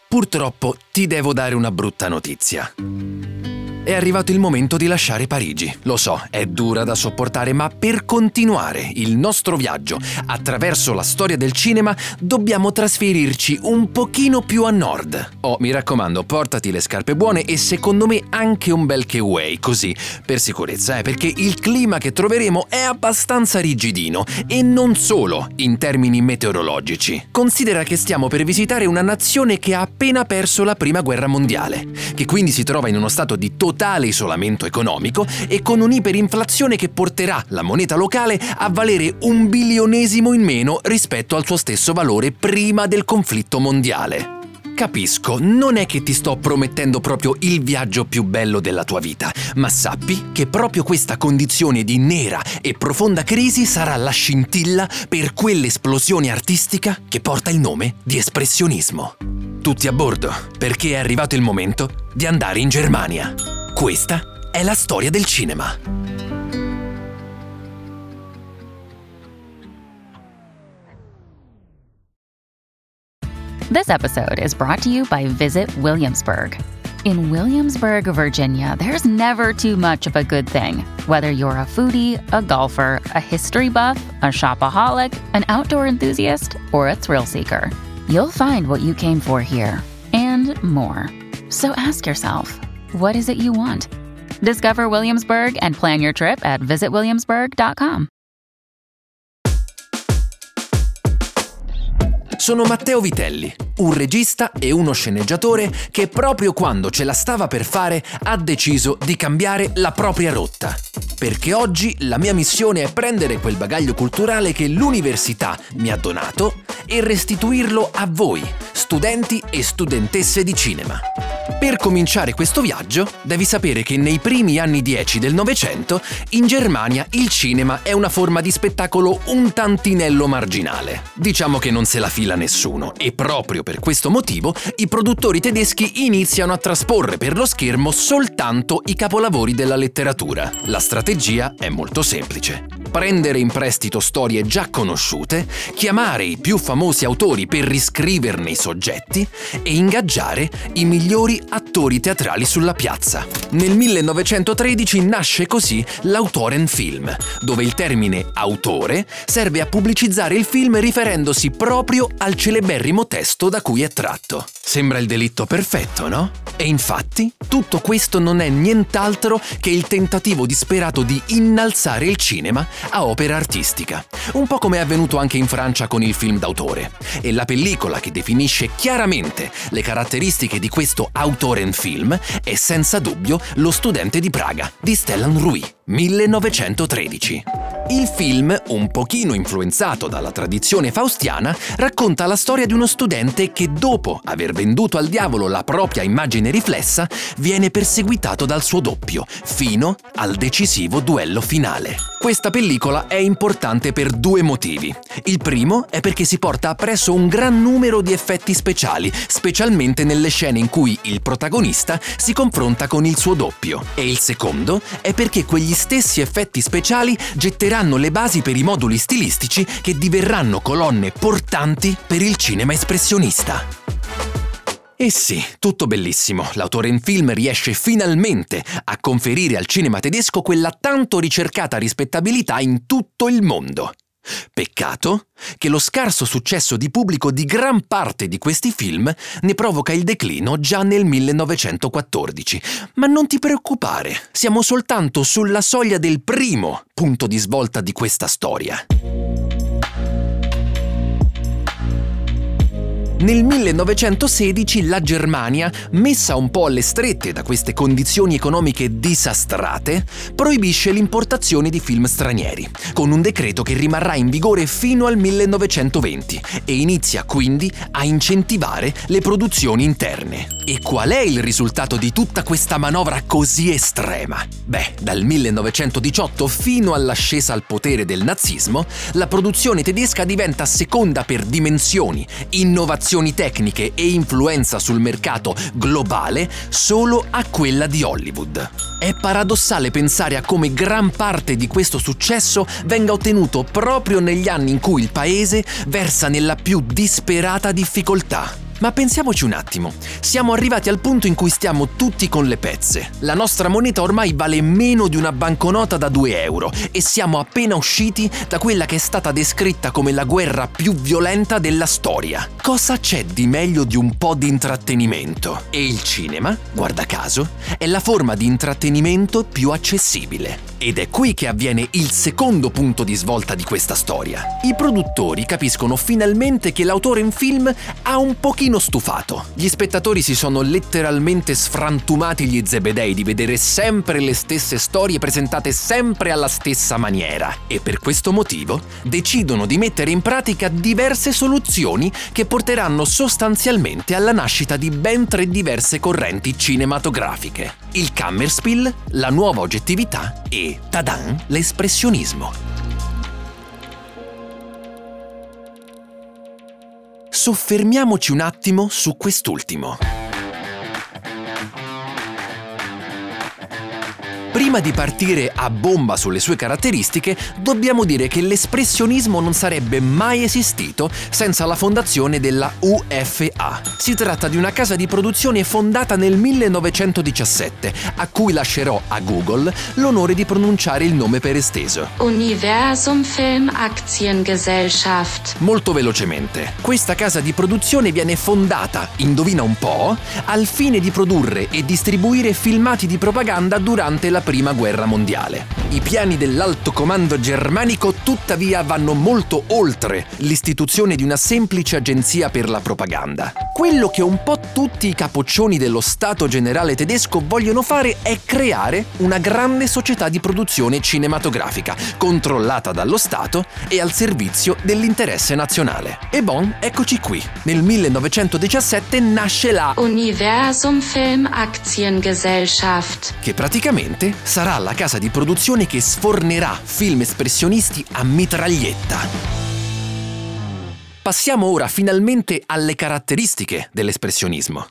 Purtroppo ti devo dare una brutta notizia. È arrivato il momento di lasciare Parigi. Lo so, è dura da sopportare, ma per continuare il nostro viaggio attraverso la storia del cinema dobbiamo trasferirci un pochino più a nord. Oh, mi raccomando, portati le scarpe buone e secondo me anche un bel K-Way, così, per sicurezza, perché il clima che troveremo è abbastanza rigidino e non solo in termini meteorologici. Considera che stiamo per visitare una nazione che ha appena perso la Prima Guerra Mondiale, che quindi si trova in uno stato di totale isolamento economico e con un'iperinflazione che porterà la moneta locale a valere 1 bilionesimo in meno rispetto al suo stesso valore prima del conflitto mondiale. Capisco, non è che ti sto promettendo proprio il viaggio più bello della tua vita, ma sappi che proprio questa condizione di nera e profonda crisi sarà la scintilla per quell'esplosione artistica che porta il nome di espressionismo. Tutti a bordo, perché è arrivato il momento di andare in Germania. Questa è la storia del cinema. This episode is brought to you by Visit Williamsburg. In Williamsburg, Virginia, there's never too much of a good thing. Whether you're a foodie, a golfer, a history buff, a shopaholic, an outdoor enthusiast, or a thrill seeker, you'll find what you came for here and more. So ask yourself, what is it you want? Discover Williamsburg and plan your trip at visitwilliamsburg.com. Sono Matteo Vitelli, un regista e uno sceneggiatore che proprio quando ce la stava per fare ha deciso di cambiare la propria rotta. Perché oggi la mia missione è prendere quel bagaglio culturale che l'università mi ha donato e restituirlo a voi, studenti e studentesse di cinema. Per cominciare questo viaggio, devi sapere che nei primi anni 10 del Novecento, in Germania il cinema è una forma di spettacolo un tantinello marginale. Diciamo che non se la fila nessuno e proprio per questo motivo i produttori tedeschi iniziano a trasporre per lo schermo soltanto i capolavori della letteratura. La strategia è molto semplice. Prendere in prestito storie già conosciute, chiamare i più famosi autori per riscriverne i soggetti e ingaggiare i migliori attori teatrali sulla piazza. Nel 1913 nasce così l'Autorenfilm, dove il termine autore serve a pubblicizzare il film riferendosi proprio al celeberrimo testo da cui è tratto. Sembra il delitto perfetto, no? E infatti, tutto questo non è nient'altro che il tentativo disperato di innalzare il cinema a opera artistica. Un po' come è avvenuto anche in Francia con il film d'autore. E la pellicola che definisce chiaramente le caratteristiche di questo Autorenfilm è senza dubbio Lo studente di Praga, di Stellan Rui, 1913. Il film, un pochino influenzato dalla tradizione faustiana, racconta la storia di uno studente che dopo aver venduto al diavolo la propria immagine riflessa, viene perseguitato dal suo doppio, fino al decisivo duello finale. Questa pellicola è importante per due motivi. Il primo è perché si porta appresso un gran numero di effetti speciali, specialmente nelle scene in cui il protagonista si confronta con il suo doppio. E il secondo è perché quegli stessi effetti speciali getteranno le basi per i moduli stilistici che diverranno colonne portanti per il cinema espressionista. E sì, tutto bellissimo. L'Autorenfilm riesce finalmente a conferire al cinema tedesco quella tanto ricercata rispettabilità in tutto il mondo. Peccato che lo scarso successo di pubblico di gran parte di questi film ne provoca il declino già nel 1914. Ma non ti preoccupare, siamo soltanto sulla soglia del primo punto di svolta di questa storia. Nel 1916 la Germania, messa un po' alle strette da queste condizioni economiche disastrate, proibisce l'importazione di film stranieri, con un decreto che rimarrà in vigore fino al 1920 e inizia quindi a incentivare le produzioni interne. E qual è il risultato di tutta questa manovra così estrema? Beh, dal 1918 fino all'ascesa al potere del nazismo, la produzione tedesca diventa seconda per dimensioni, innovazioni tecniche e influenza sul mercato globale solo a quella di Hollywood. È paradossale pensare a come gran parte di questo successo venga ottenuto proprio negli anni in cui il paese versa nella più disperata difficoltà. Ma pensiamoci un attimo, siamo arrivati al punto in cui stiamo tutti con le pezze. La nostra moneta ormai vale meno di una banconota da 2 euro e siamo appena usciti da quella che è stata descritta come la guerra più violenta della storia. Cosa c'è di meglio di un po' di intrattenimento? E il cinema, guarda caso, è la forma di intrattenimento più accessibile. Ed è qui che avviene il secondo punto di svolta di questa storia. I produttori capiscono finalmente che l'autore in film ha un pochino stufato. Gli spettatori si sono letteralmente sfrantumati gli zebedei di vedere sempre le stesse storie presentate sempre alla stessa maniera e per questo motivo decidono di mettere in pratica diverse soluzioni che porteranno sostanzialmente alla nascita di ben 3 diverse correnti cinematografiche: il Kammerspiel, la nuova oggettività e, tadan, l'espressionismo. Soffermiamoci un attimo su quest'ultimo. Prima di partire a bomba sulle sue caratteristiche, dobbiamo dire che l'espressionismo non sarebbe mai esistito senza la fondazione della UFA. Si tratta di una casa di produzione fondata nel 1917, a cui lascerò a Google l'onore di pronunciare il nome per esteso. Universum Film Aktiengesellschaft. Molto velocemente, questa casa di produzione viene fondata, indovina un po', al fine di produrre e distribuire filmati di propaganda durante la Prima Guerra Mondiale. I piani dell'Alto Comando germanico tuttavia vanno molto oltre l'istituzione di una semplice agenzia per la propaganda. Quello che un po' tutti i capoccioni dello Stato Generale tedesco vogliono fare è creare una grande società di produzione cinematografica, controllata dallo Stato e al servizio dell'interesse nazionale. E bon, eccoci qui. Nel 1917 nasce la Universum Film Aktiengesellschaft, che praticamente sarà la casa di produzione che sfornerà film espressionisti a mitraglietta. Passiamo ora finalmente alle caratteristiche dell'espressionismo.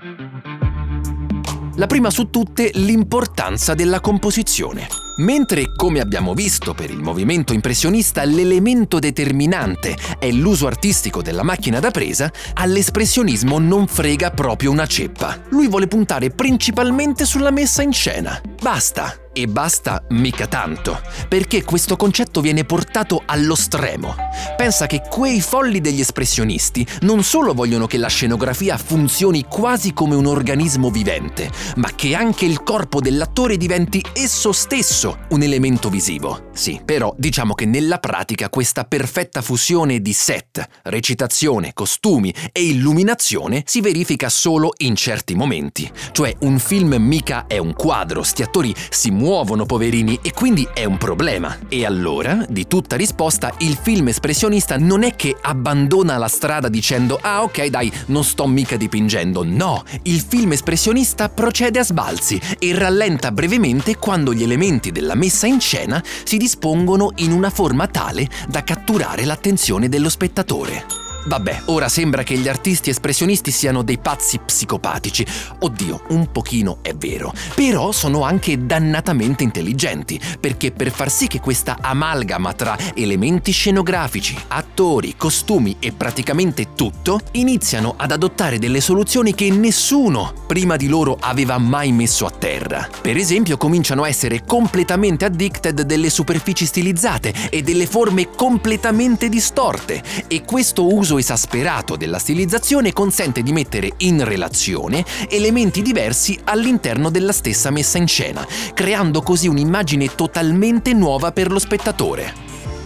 La prima su tutte, l'importanza della composizione. Mentre, come abbiamo visto per il movimento impressionista, l'elemento determinante è l'uso artistico della macchina da presa, all'espressionismo non frega proprio una ceppa. Lui vuole puntare principalmente sulla messa in scena. Basta. E basta mica tanto, perché questo concetto viene portato allo stremo. Pensa che quei folli degli espressionisti non solo vogliono che la scenografia funzioni quasi come un organismo vivente, ma che anche il corpo dell'attore diventi esso stesso un elemento visivo. Sì, però diciamo che nella pratica questa perfetta fusione di set, recitazione, costumi e illuminazione si verifica solo in certi momenti. Cioè un film mica è un quadro, sti attori si muovono poverini e quindi è un problema. E allora, di tutta risposta, il film espressionista non è che abbandona la strada dicendo «Ah ok dai, non sto mica dipingendo». No, il film espressionista procede a sbalzi e rallenta brevemente quando gli elementi della messa in scena si dispongono in una forma tale da catturare l'attenzione dello spettatore. Vabbè, ora sembra che gli artisti espressionisti siano dei pazzi psicopatici. Oddio, un pochino è vero. Però sono anche dannatamente intelligenti, perché per far sì che questa amalgama tra elementi scenografici, attori, costumi e praticamente tutto, iniziano ad adottare delle soluzioni che nessuno prima di loro aveva mai messo a terra. Per esempio, cominciano a essere completamente addicted delle superfici stilizzate e delle forme completamente distorte, e questo uso esasperato della stilizzazione consente di mettere in relazione elementi diversi all'interno della stessa messa in scena, creando così un'immagine totalmente nuova per lo spettatore.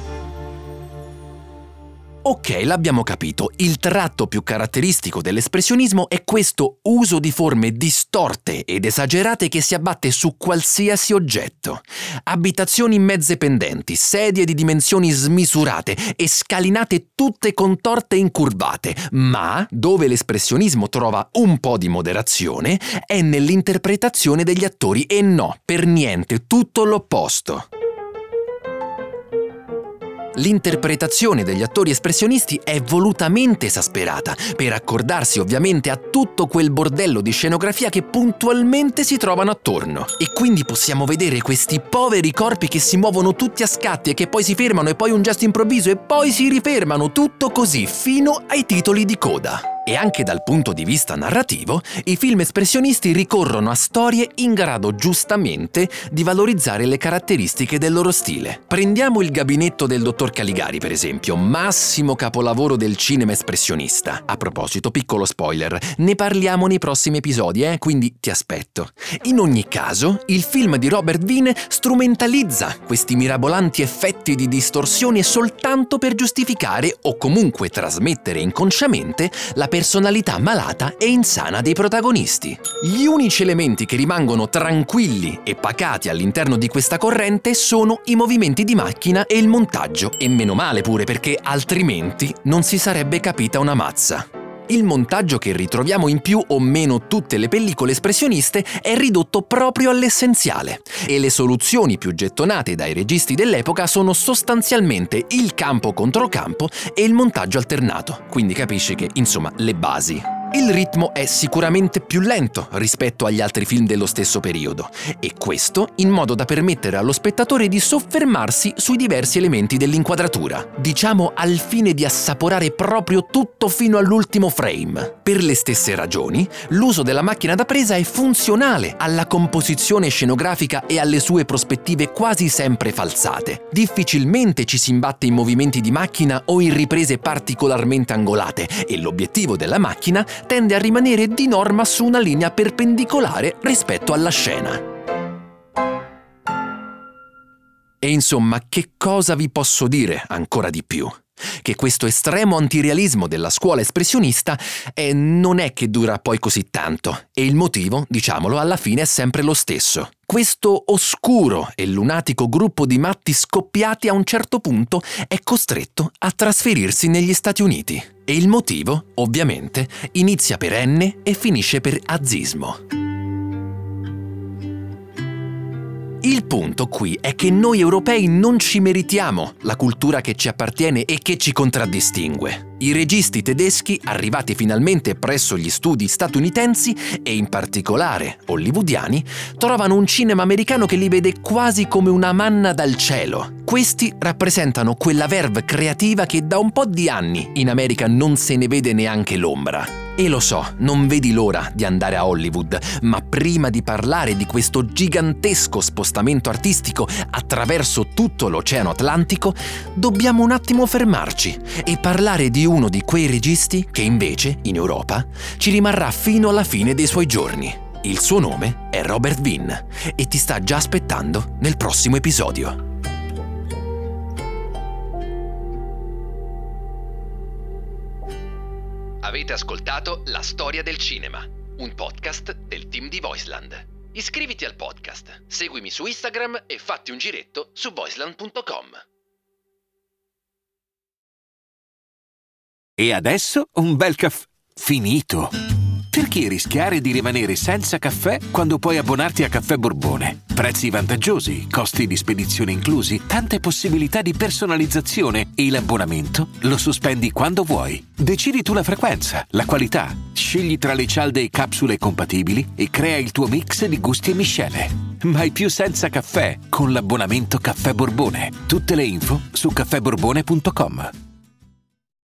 Ok, l'abbiamo capito, il tratto più caratteristico dell'espressionismo è questo uso di forme distorte ed esagerate che si abbatte su qualsiasi oggetto. Abitazioni mezze pendenti, sedie di dimensioni smisurate e scalinate tutte contorte e incurvate, ma dove l'espressionismo trova un po' di moderazione è nell'interpretazione degli attori e no, per niente, tutto l'opposto. L'interpretazione degli attori espressionisti è volutamente esasperata, per accordarsi ovviamente a tutto quel bordello di scenografia che puntualmente si trovano attorno. E quindi possiamo vedere questi poveri corpi che si muovono tutti a scatti e che poi si fermano e poi un gesto improvviso e poi si rifermano, tutto così fino ai titoli di coda. E anche dal punto di vista narrativo, i film espressionisti ricorrono a storie in grado giustamente di valorizzare le caratteristiche del loro stile. Prendiamo Il gabinetto del dottor Caligari, per esempio, massimo capolavoro del cinema espressionista. A proposito, piccolo spoiler, ne parliamo nei prossimi episodi, quindi ti aspetto. In ogni caso, il film di Robert Wiene strumentalizza questi mirabolanti effetti di distorsione soltanto per giustificare o comunque trasmettere inconsciamente la personalità malata e insana dei protagonisti. Gli unici elementi che rimangono tranquilli e pacati all'interno di questa corrente sono i movimenti di macchina e il montaggio, e meno male pure, perché altrimenti non si sarebbe capita una mazza. Il montaggio, che ritroviamo in più o meno tutte le pellicole espressioniste, è ridotto proprio all'essenziale, e le soluzioni più gettonate dai registi dell'epoca sono sostanzialmente il campo contro campo e il montaggio alternato, quindi capisci che, insomma, le basi. Il ritmo è sicuramente più lento rispetto agli altri film dello stesso periodo, e questo in modo da permettere allo spettatore di soffermarsi sui diversi elementi dell'inquadratura, diciamo al fine di assaporare proprio tutto fino all'ultimo frame. Per le stesse ragioni, l'uso della macchina da presa è funzionale alla composizione scenografica e alle sue prospettive quasi sempre falsate. Difficilmente ci si imbatte in movimenti di macchina o in riprese particolarmente angolate, e l'obiettivo della macchina tende a rimanere di norma su una linea perpendicolare rispetto alla scena. E insomma, che cosa vi posso dire ancora di più? Che questo estremo antirealismo della scuola espressionista non è che dura poi così tanto, e il motivo, diciamolo, alla fine è sempre lo stesso. Questo oscuro e lunatico gruppo di matti scoppiati a un certo punto è costretto a trasferirsi negli Stati Uniti. E il motivo, ovviamente, inizia per N e finisce per azismo. Il punto qui è che noi europei non ci meritiamo la cultura che ci appartiene e che ci contraddistingue. I registi tedeschi, arrivati finalmente presso gli studi statunitensi e in particolare hollywoodiani, trovano un cinema americano che li vede quasi come una manna dal cielo. Questi rappresentano quella verve creativa che da un po' di anni in America non se ne vede neanche l'ombra. E lo so, non vedi l'ora di andare a Hollywood, ma prima di parlare di questo gigantesco spostamento artistico attraverso tutto l'Oceano Atlantico, dobbiamo un attimo fermarci e parlare di uno di quei registi che invece, in Europa, ci rimarrà fino alla fine dei suoi giorni. Il suo nome è Robert Wiene e ti sta già aspettando nel prossimo episodio. Avete ascoltato La Storia del Cinema, un podcast del team di Voiceland. Iscriviti al podcast, seguimi su Instagram e fatti un giretto su voiceland.com. E adesso un bel caffè finito. Perché rischiare di rimanere senza caffè quando puoi abbonarti a Caffè Borbone? Prezzi vantaggiosi, costi di spedizione inclusi, tante possibilità di personalizzazione e l'abbonamento lo sospendi quando vuoi. Decidi tu la frequenza, la qualità, scegli tra le cialde e capsule compatibili e crea il tuo mix di gusti e miscele. Mai più senza caffè con l'abbonamento Caffè Borbone. Tutte le info su caffèborbone.com.